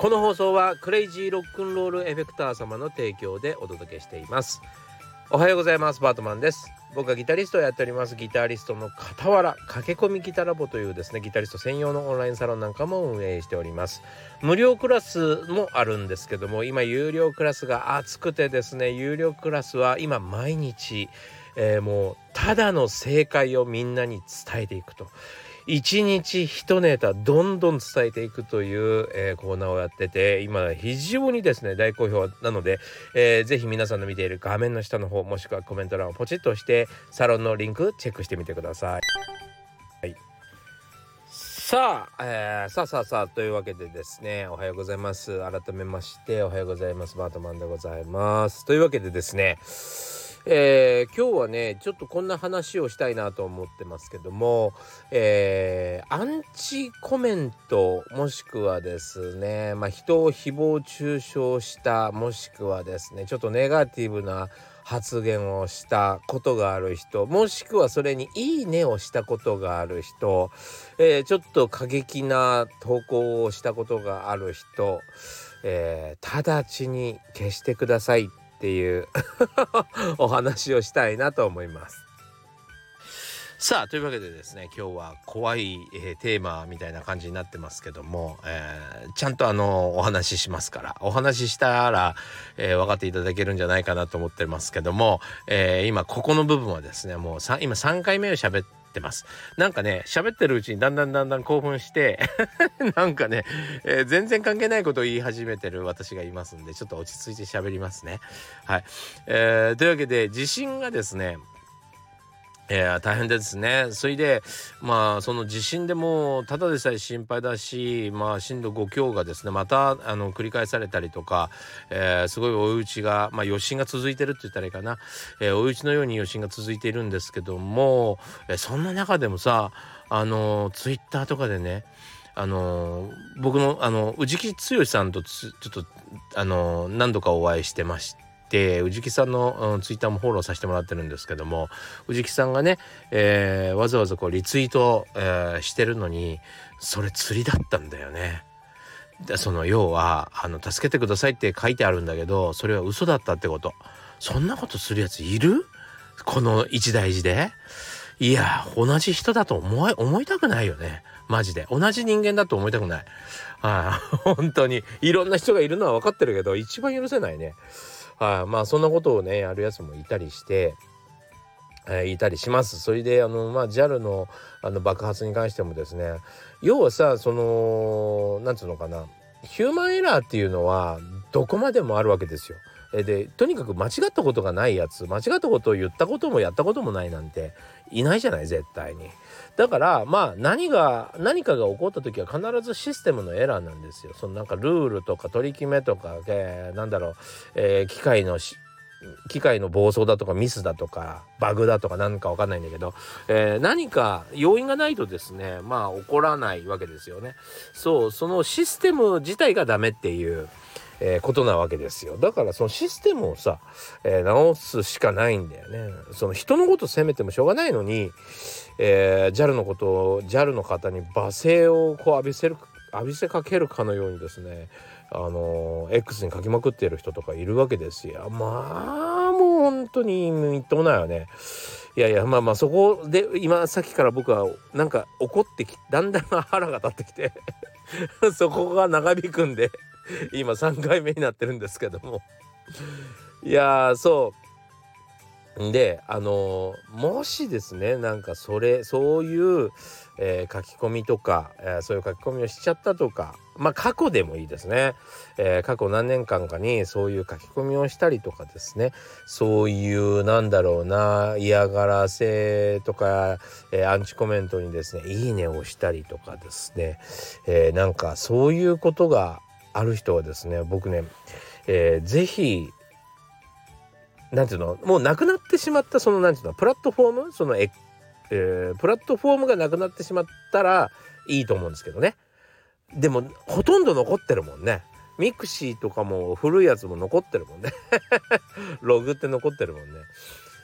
この放送はクレイジーロックンロールエフェクター様の提供でお届けしています。おはようございます。バートマンです。僕はギタリストをやっております。ギタリストの傍ら駆け込みギタラボというですね、ギタリスト専用のオンラインサロンなんかも運営しております。無料クラスもあるんですけども、今有料クラスが熱くてですね、有料クラスは今毎日、もうただの正解をみんなに伝えていくと、一日一ネタどんどん伝えていくという、コーナーをやってて、今非常にですね大好評なので、ぜひ皆さんの見ている画面の下の方、もしくはコメント欄をポチッと押してサロンのリンクチェックしてみてください。はい、さあというわけでですね、おはようございます。改めましておはようございます。バートマンでございます。というわけでですね、今日はねちょっとこんな話をしたいなと思ってますけども、アンチコメント、もしくはですね、人を誹謗中傷した、もしくはですねちょっとネガティブな発言をしたことがある人、もしくはそれにいいねをしたことがある人、ちょっと過激な投稿をしたことがある人、直ちに消してくださいっていうお話をしたいなと思います。さあというわけでですね、今日は怖い、テーマみたいな感じになってますけども、ちゃんとお話ししますから、お話ししたら、分かっていただけるんじゃないかなと思ってますけども、今ここの部分はですね、もう今3回目を喋ってます。なんかね、喋ってるうちにだんだん興奮してなんかね、全然関係ないことを言い始めてる私がいますんで、ちょっと落ち着いて喋りますね。はい、というわけで地震がですね、大変ですね。それでその地震でもただでさえ心配だし、震度5強がですねまた繰り返されたりとか、すごい追い打ちが、余震が続いてるって言ったらいいかな、追い打ちのように余震が続いているんですけども、そんな中でもさ、ツイッターとかでね、僕の宇治木剛さんとちょっと何度かお会いしてまして、宇治木さんの、ツイッターもフォローさせてもらってるんですけども、宇治木さんがね、わざわざこうリツイート、してるのにそれ釣りだったんだよね。でその要は助けてくださいって書いてあるんだけど、それは嘘だったってこと。そんなことするやついる？この一大事で。いや同じ人だと思いたくないよね。マジで同じ人間だと思いたくない。本当にいろんな人がいるのは分かってるけど、一番許せないね。そんなことをねやるやつもいたりして、いたりします。それでJAL の爆発に関してもですね、要はさ、なんつうのかな、ヒューマンエラーっていうのはどこまでもあるわけですよ。でとにかく間違ったことがないやつ、間違ったことを言ったこともやったこともないなんていないじゃない、絶対に。だから何かが起こった時は必ずシステムのエラーなんですよ。そのなんかルールとか取り決めとか、機械の暴走だとかミスだとかバグだとかなんかわかんないんだけど、何か要因がないとですね起こらないわけですよね。そのシステム自体がダメっていうことなわけですよ。だからそのシステムをさ、直すしかないんだよね。その人のこと責めてもしょうがないのに、JAL の方に罵声をこう浴びせかけるかのようにですね、X に書きまくっている人とかいるわけですよ。もう本当にみっともないよね。いやそこで今さっきから僕はなんか怒ってだんだん腹が立ってきてそこが長引くんで今3回目になってるんですけども、いやそうでもしですねなんかそういう、書き込みとか、そういう書き込みをしちゃったとか、過去でもいいですね、過去何年間かにそういう書き込みをしたりとかですね、そういう嫌がらせとか、アンチコメントにですねいいねをしたりとかですね、なんかそういうことがある人はですね、僕ね、ぜひなんていうの、もうなくなってしまったそのなんていうのプラットフォーム、プラットフォームがなくなってしまったらいいと思うんですけどね。でもほとんど残ってるもんね。ミクシーとかも古いやつも残ってるもんねログって残ってるもんね。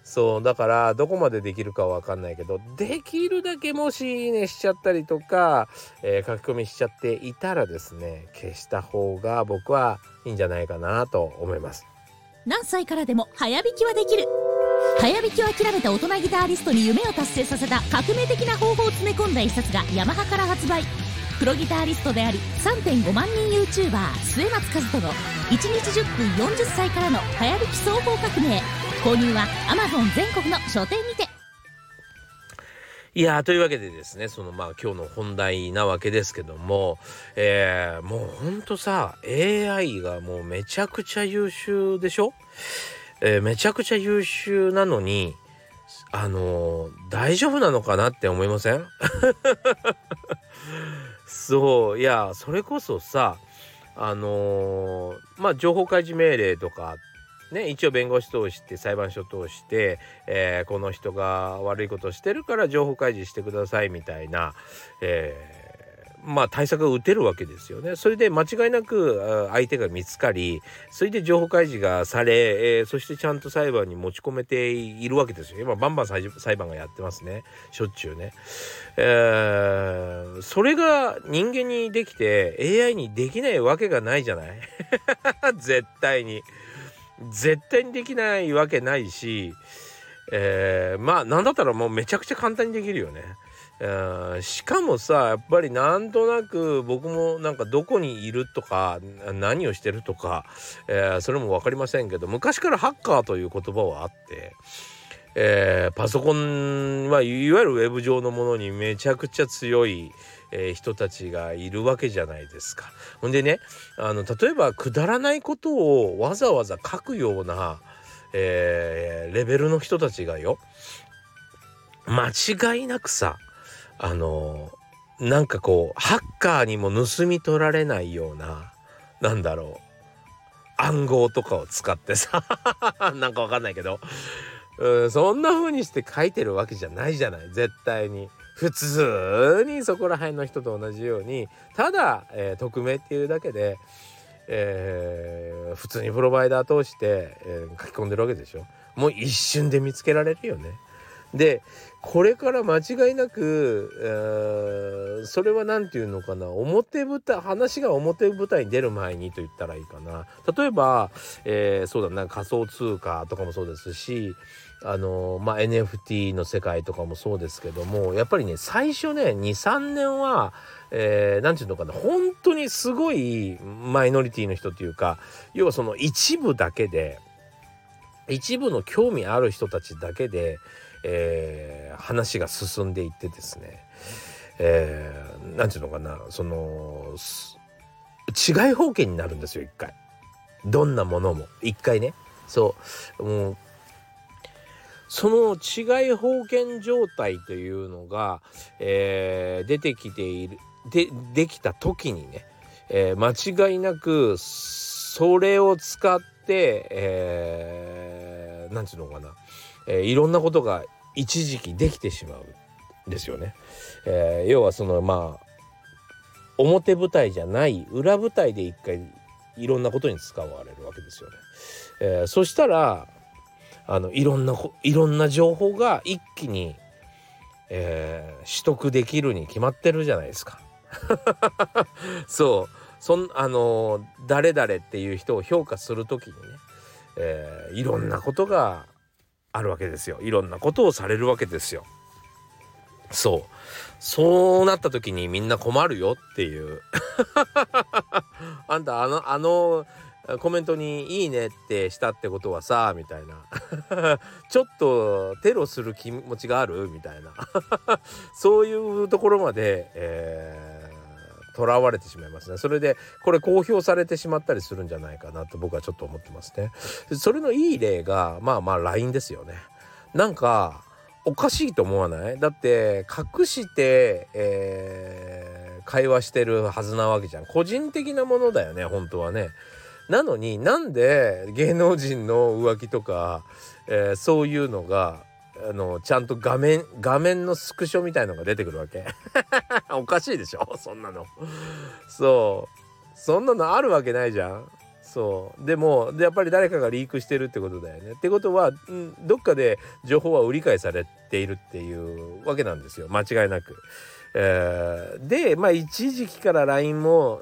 そうだからどこまでできるかは分かんないけど、できるだけもしいいねしちゃったりとか、書き込みしちゃっていたらですね、消した方が僕はいいんじゃないかなと思います。 何歳からでも早弾きはできる。早弾きを諦めた大人ギタリストに夢を達成させた革命的な方法を詰め込んだ一冊がヤマハから発売。プロギタリストであり 3.5 万人 YouTuber 末松和人の1日10分40歳からの早弾き双方革命。購入は Amazon 全国の書店にて。 いやというわけでですね、今日の本題なわけですけども、もうほんとさ AI がもうめちゃくちゃ優秀でしょ。めちゃくちゃ優秀なのに大丈夫なのかなって思いません？そういやそれこそさ情報開示命令とかね、一応弁護士通して裁判所通して、この人が悪いことをしてるから情報開示してくださいみたいな、対策が打てるわけですよね。それで間違いなく相手が見つかり、それで情報開示がされ、そしてちゃんと裁判に持ち込めているわけですよ。今バンバン裁判がやってますね、しょっちゅうね。それが人間にできて AI にできないわけがないじゃない絶対にできないわけないし、なんだったらもうめちゃくちゃ簡単にできるよね。しかもさやっぱりなんとなく僕もなんかどこにいるとか何をしてるとか、それも分かりませんけど、昔からハッカーという言葉はあって、パソコンはいわゆるウェブ上のものにめちゃくちゃ強い人たちがいるわけじゃないですか。ほんでね例えばくだらないことをわざわざ書くような、レベルの人たちがよ、間違いなくさなんかこうハッカーにも盗み取られないような暗号とかを使ってさなんかわかんないけど、そんな風にして書いてるわけじゃないじゃない。絶対に普通にそこら辺の人と同じようにただ、匿名っていうだけで、普通にプロバイダー通して、書き込んでるわけでしょ。もう一瞬で見つけられるよね。でこれから間違いなく、それはなんていうのかな、話が表舞台に出る前にと言ったらいいかな。例えば、そうだな、仮想通貨とかもそうですしNFT の世界とかもそうですけども、やっぱりね最初ね 2,3 年は、なんていうのかな、本当にすごいマイノリティの人っていうか、要はその一部の興味ある人たちだけで話が進んでいってですね、なんていうのかな、違い保険になるんですよ。一回どんなものも一回ね、もうその違い保険状態というのが、出てきているできた時にね、間違いなくそれを使って、なんていうのかな、いろんなことが一時期できてしまうんですよね。要は表舞台じゃない裏舞台で一回いろんなことに使われるわけですよね。そしたらいろんな情報が一気に、取得できるに決まってるじゃないですか。誰々っていう人を評価するときにね、いろんなことがあるわけですよ。いろんなことをされるわけですよ。そうなった時にみんな困るよっていうあんたコメントにいいねってしたってことはさみたいなちょっとテロする気持ちがあるみたいなそういうところまで囚われてしまいますね。それでこれ公表されてしまったりするんじゃないかなと僕はちょっと思ってますね。それのいい例がLINE ですよね。なんかおかしいと思わない？だって隠して、会話してるはずなわけじゃん。個人的なものだよね本当はね。なのになんで芸能人の浮気とか、そういうのがちゃんと画面のスクショみたいのが出てくるわけおかしいでしょそんなの。そんなのあるわけないじゃん。 そうでもやっぱり誰かがリークしてるってことだよね。ってことは、どっかで情報は売り買いされているっていうわけなんですよ、間違いなく。で一時期から LINE も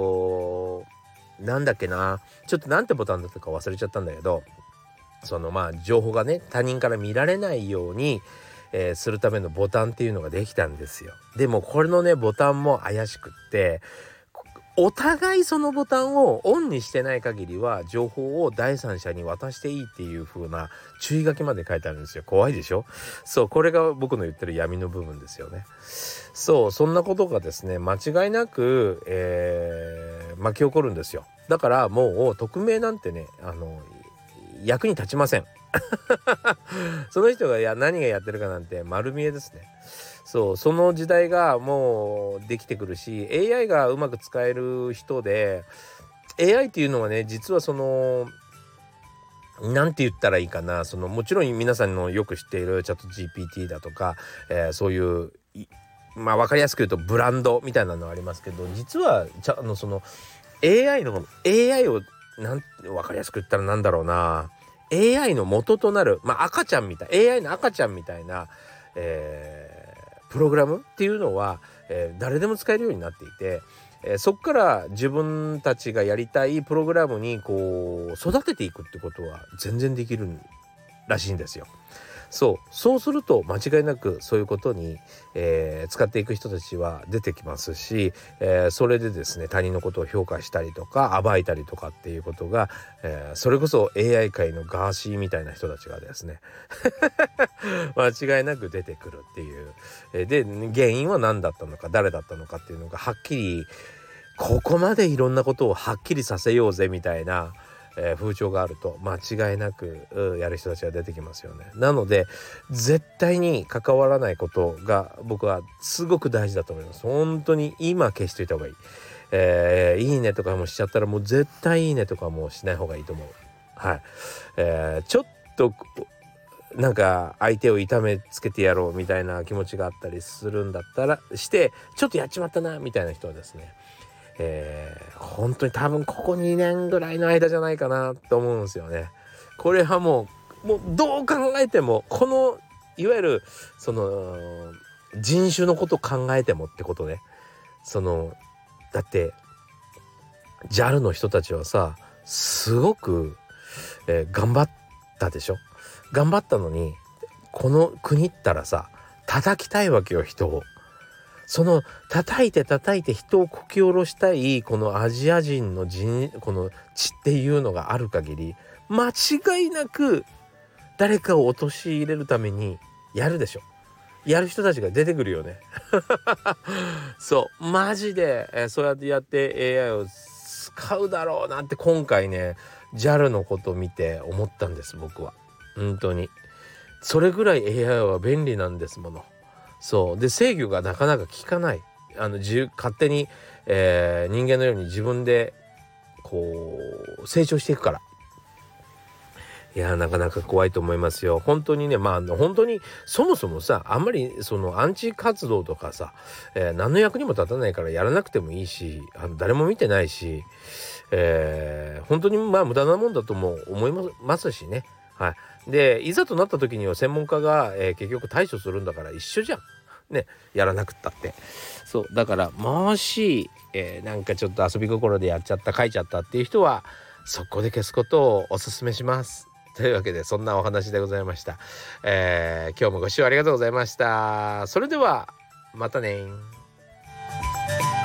なんだっけな、ちょっとなんてボタンだったか忘れちゃったんだけど、情報がね他人から見られないように、するためのボタンっていうのができたんですよ。でもこれのねボタンも怪しくって、お互いそのボタンをオンにしてない限りは情報を第三者に渡していいっていう風な注意書きまで書いてあるんですよ。怖いでしょ。そう、これが僕の言ってる闇の部分ですよね。そう、そんなことがですね間違いなく、巻き起こるんですよ。だからもう匿名なんてね役に立ちませんその人が何がやってるかなんて丸見えですね。そう、その時代がもうできてくるし、 AI がうまく使える人で、 AI っていうのはね実はなんて言ったらいいかな、もちろん皆さんのよく知っているチャット GPT だとか、そういう分かりやすく言うとブランドみたいなのありますけど、実はAI を分かりやすく言ったらなんだろうな、 AI の元となる、赤ちゃんみたい AI の赤ちゃんみたいな、プログラムっていうのは、誰でも使えるようになっていて、そこから自分たちがやりたいプログラムにこう育てていくってことは全然できるらしいんですよ。そうすると間違いなくそういうことに、使っていく人たちは出てきますし、それでですね他人のことを評価したりとか暴いたりとかっていうことが、それこそ AI 界のガーシーみたいな人たちがですね間違いなく出てくるっていう、で原因は何だったのか誰だったのかっていうのがはっきり、ここまでいろんなことをはっきりさせようぜみたいな風潮があると間違いなくやる人たちが出てきますよね。なので絶対に関わらないことが僕はすごく大事だと思います。本当に今消しといた方がいい。いいねとかもしちゃったらもう絶対いいねとかもしない方がいいと思う。はい、ちょっとなんか相手を痛めつけてやろうみたいな気持ちがあったりするんだったらしてちょっとやっちまったなみたいな人はですね、本当に多分ここ2年ぐらいの間じゃないかなと思うんですよね。これはもうどう考えてもこのいわゆる人種のこと考えてもってことね。だって JAL の人たちはさすごく、頑張ったでしょ。頑張ったのにこの国ったらさ叩きたいわけよ、人を。叩いて人をこき下ろしたいこのアジア人のこの血っていうのがある限り間違いなく誰かを陥れるためにやるでしょ。やる人たちが出てくるよねそうマジで、そうやって AI を使うだろうなって今回ね JAL のことを見て思ったんです。僕は本当にそれぐらい AI は便利なんですもの。そうで制御がなかなか効かない。勝手に、人間のように自分でこう成長していくから。いやなかなか怖いと思いますよ。本当にね本当にそもそもさあんまりアンチ活動とかさ、何の役にも立たないからやらなくてもいいし誰も見てないし、本当に無駄なもんだとも思いますしね。はい、でいざとなった時には専門家が、結局対処するんだから一緒じゃんね、やらなくったって。そうだからもし、なんかちょっと遊び心でやっちゃった書いちゃったっていう人は速攻で消すことをおすすめします。というわけでそんなお話でございました。今日もご視聴ありがとうございました。それではまたね。